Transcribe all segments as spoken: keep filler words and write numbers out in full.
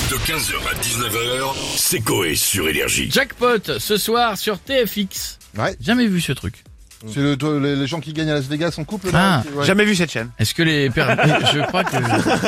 De quinze heures à dix-neuf heures, c'est Coé sur Énergie. Jackpot, ce soir sur T F X. Ouais. Jamais vu ce truc. C'est le, toi, les, les gens qui gagnent à Las Vegas en couple, Ah. là ouais. Jamais vu cette chaîne. Est-ce que les per... je crois que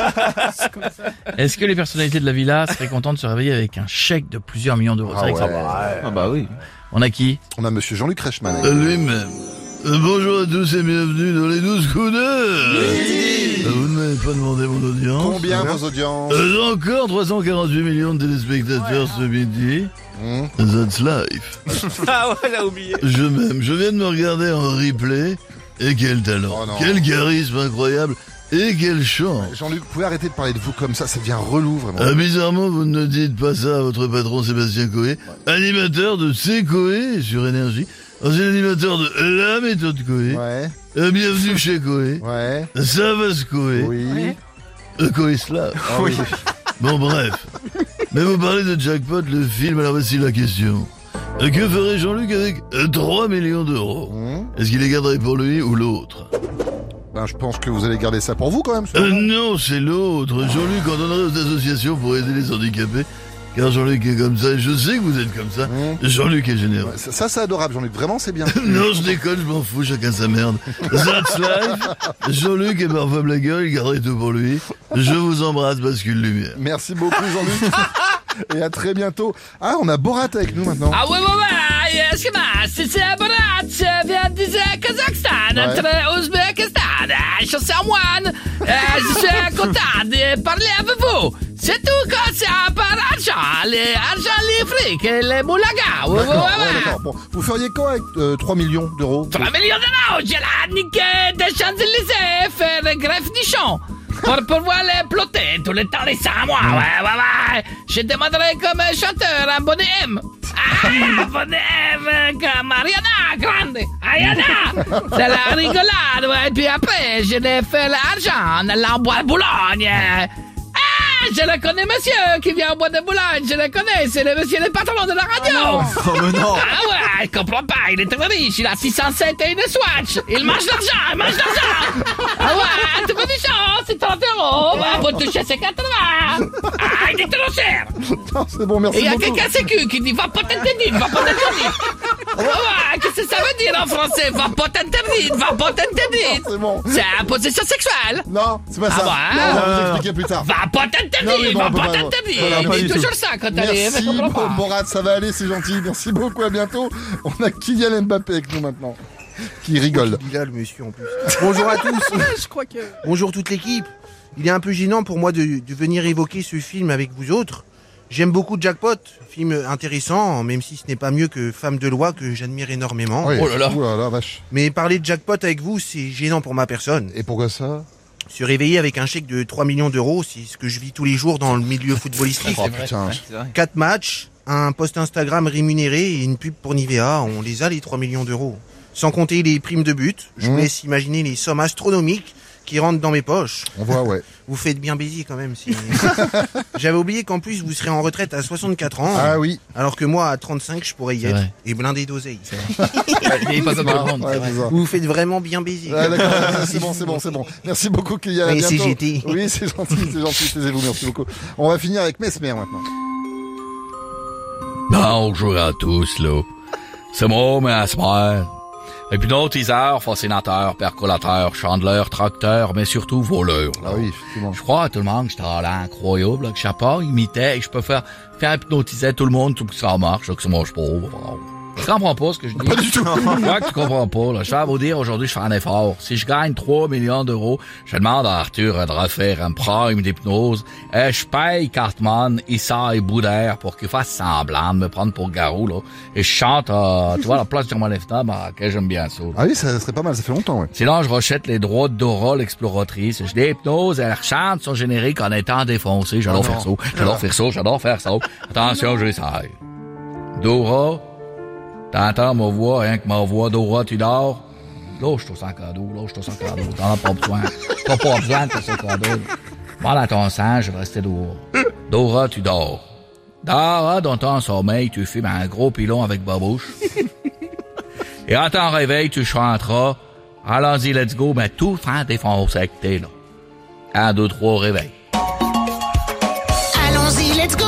est-ce que les personnalités de la villa seraient contentes de se réveiller avec un chèque de plusieurs millions d'euros? Ah C'est vrai que ouais. ça- Ah bah oui. On a qui? On a monsieur Jean-Luc Reichmann. Euh, Lui-même. Euh, bonjour à tous et bienvenue dans les douze coups d'heure. Euh, Vous ne m'avez pas demandé mon audience. Combien vos audiences? Euh, encore trois cent quarante-huit millions de téléspectateurs ce midi. Mmh. That's life. Ah ouais, j'ai oublié. Je m'aime. Je viens de me regarder en replay. Et quel talent. Oh non. Quel charisme incroyable. Et quel chant. Jean-Luc, vous pouvez arrêter de parler de vous comme ça, ça devient relou vraiment. Ah, bizarrement, vous ne dites pas ça à votre patron Sébastien Coé, animateur de C'est Coé sur Énergie, ancien animateur de La Méthode Coé. Ouais, Euh, bienvenue chez Coé. ouais, Ça va se Coé. oui. Euh, Coé Slav. Ah oui. Bon, bref. Mais vous parlez de Jackpot, le film, alors voici la question. Euh, Que ferait Jean-Luc avec euh, trois millions d'euros? Mmh. Est-ce qu'il les garderait pour lui ou l'autre? Ben, je pense que vous allez garder ça pour vous quand même. Euh, sûrement. non, c'est l'autre. Jean-Luc en donnerait aux associations pour aider les handicapés. Car Jean-Luc est comme ça, et je sais que vous êtes comme ça. Mmh. Jean-Luc est généreux. Ouais, ça, ça, c'est adorable, Jean-Luc. Vraiment, c'est bien. Non, je déconne, je m'en fous, chacun sa merde. That's life. Jean-Luc est parfois la gueule, il garderait tout pour lui. Je vous embrasse, bascule lumière. Merci beaucoup, Jean-Luc. Et à très bientôt. Ah, on a Borat avec nous maintenant. Ah ouais, ouais, ouais, euh, schema, c'est c'est Borat, je viens du Kazakhstan, Ouais. entre Ouzbékistan, euh, je suis un moine, euh, je suis content de parler avec vous. C'est tout quand c'est par argent, les argent, les frics, et les moulagas, ouais, ouais, D'accord, ouais, ouais, ouais. d'accord. Bon, vous feriez quoi avec euh, trois millions d'euros? trois millions d'euros, j'ai la niquée des Champs-Élysées, faire greffe nichon. Pour pouvoir les plotter tout le temps les cinq mois, ouais, ouais, ouais. Je demanderai comme chanteur un bonnet M. Ah, bonnet M comme Ariana Grande. Ariana, c'est la rigolade, ouais. Et puis après, je l'ai fait l'argent en allant boire Boulogne. Ah, je le connais, monsieur, qui vient au bois de Boulogne. Je le connais, c'est le monsieur le patron de la radio. Oh mais non. Ah ouais, je comprends pas, il est très riche, il a six cent sept et une Swatch. Il mange l'argent, il mange l'argent. Ah ouais, tu veux du chance, c'est trente euros, bah, faut toucher ses quatre-vingts. Ah, il est trop cher. Non, c'est bon, Et merci il y a beaucoup. quelqu'un sécu qui dit va pas t'interdire, va pas t'interdire. Ouais, ouais, qu'est-ce que ça veut dire en français? Va pas t'interdire, va pas t'interdire. C'est bon. C'est une position sexuelle. Non, c'est pas Ah ça. bon, non, on va euh, vous expliquer plus tard. Va pas Non, t'interdire, mais bon, va on peut pas pas- t'interdire. voilà, pas Il du dit tout. toujours ça quand t'arrives, Merci, je comprends pas. Borat, ça va aller, c'est gentil. Merci beaucoup, à bientôt. On a Kylian Mbappé avec nous maintenant, qui rigole. Il a le monsieur en plus. Bonjour à tous. Je crois que... Bonjour toute l'équipe. Il est un peu gênant pour moi de, de venir évoquer ce film avec vous autres. J'aime beaucoup Jackpot, film intéressant, même si ce n'est pas mieux que Femme de loi que j'admire énormément. Oui. Oh là là. Ouh là là, vache. Mais parler de Jackpot avec vous, c'est gênant pour ma personne. Et pourquoi ça? Se réveiller avec un chèque de trois millions d'euros, c'est ce que je vis tous les jours dans le milieu footballistique. Oh putain. Quatre matchs, un post Instagram rémunéré et une pub pour Nivea, on les a les trois millions d'euros. Sans compter les primes de but, je vous Mmh. laisse imaginer les sommes astronomiques qui rentrent dans mes poches. On voit, ouais. Vous faites bien baiser quand même. Si... J'avais oublié qu'en plus vous serez en retraite à soixante-quatre ans, Ah oui. alors que moi à trente-cinq je pourrais y C'est être. vrai. Et blindé d'oseille. Il est pas comme tout le monde. Ouais, c'est ça. Vous vous faites vraiment bien baiser. Ah, d'accord, c'est bon, c'est bon, c'est bon. Merci beaucoup, Kylian. À Oui, bientôt. C G T. Oui, c'est gentil, c'est gentil. Taisez-vous, merci beaucoup. On va finir avec Mesmer maintenant. Bonjour à tous, là. C'est moi, Mesmer. Et puis d'autres isards, fascinateurs, percolateurs, chandeleurs, tracteurs, mais surtout voleurs. là. Ah oui, effectivement. Je crois à tout le monde que j'ai un talent incroyable, là, que je sais pas imiter et que je peux faire, faire hypnotiser tout le monde tout que ça marche, là, que c'est moi je pauvre. Tu comprends pas ce que je dis? Pas du tout. Je crois que tu comprends pas, là. Je vais vous dire, aujourd'hui, je fais un effort. Si je gagne trois millions d'euros, je demande à Arthur de refaire un prime d'hypnose, et je paye Cartman, Issa et Boudère pour qu'il fasse semblant de me prendre pour Garou, là. Et je chante, euh, tu vois, la place du Molefta, bah, que j'aime bien ça. Ah oui, ça serait pas mal, ça fait longtemps, ouais. Sinon, je rachète les droits de Dora, l'exploratrice. Je l'hypnose, elle chante son générique en étant défoncée. J'adore Oh faire ça. non. J'adore faire ça. J'adore faire ça. Attention, je l'essaye. Dora, t'entends ma voix, rien que ma voix. Dora, tu dors? Là, je suis au sac à dos. Là, je suis au sac à dos. T'en as pas besoin. T'as pas besoin de ton sac à dos. Va dans ton sang, je vais rester dehors. Dora, tu dors. Dora, dans ton sommeil, tu fumes un gros pilon avec babouche. Et à ton réveil, tu chanteras. Allons-y, let's go, mais tout faire défoncer avec t'es là. Un, deux, trois, réveil. Allons-y, let's go.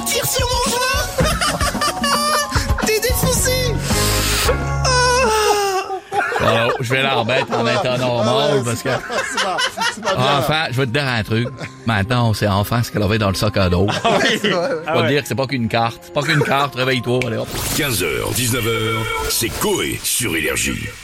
tire sur mon genou. T'es défoncé. Alors, je vais la remettre en état normal parce que... C'est pas, c'est pas bien. Enfin, je vais te dire un truc. Maintenant, on sait enfin ce qu'elle avait dans le sac à dos. Ah oui. Je vais Ah te ouais. dire que c'est pas qu'une carte. C'est pas qu'une carte. Réveille-toi, allez hop. quinze heures, dix-neuf heures, c'est Coé sur Énergie.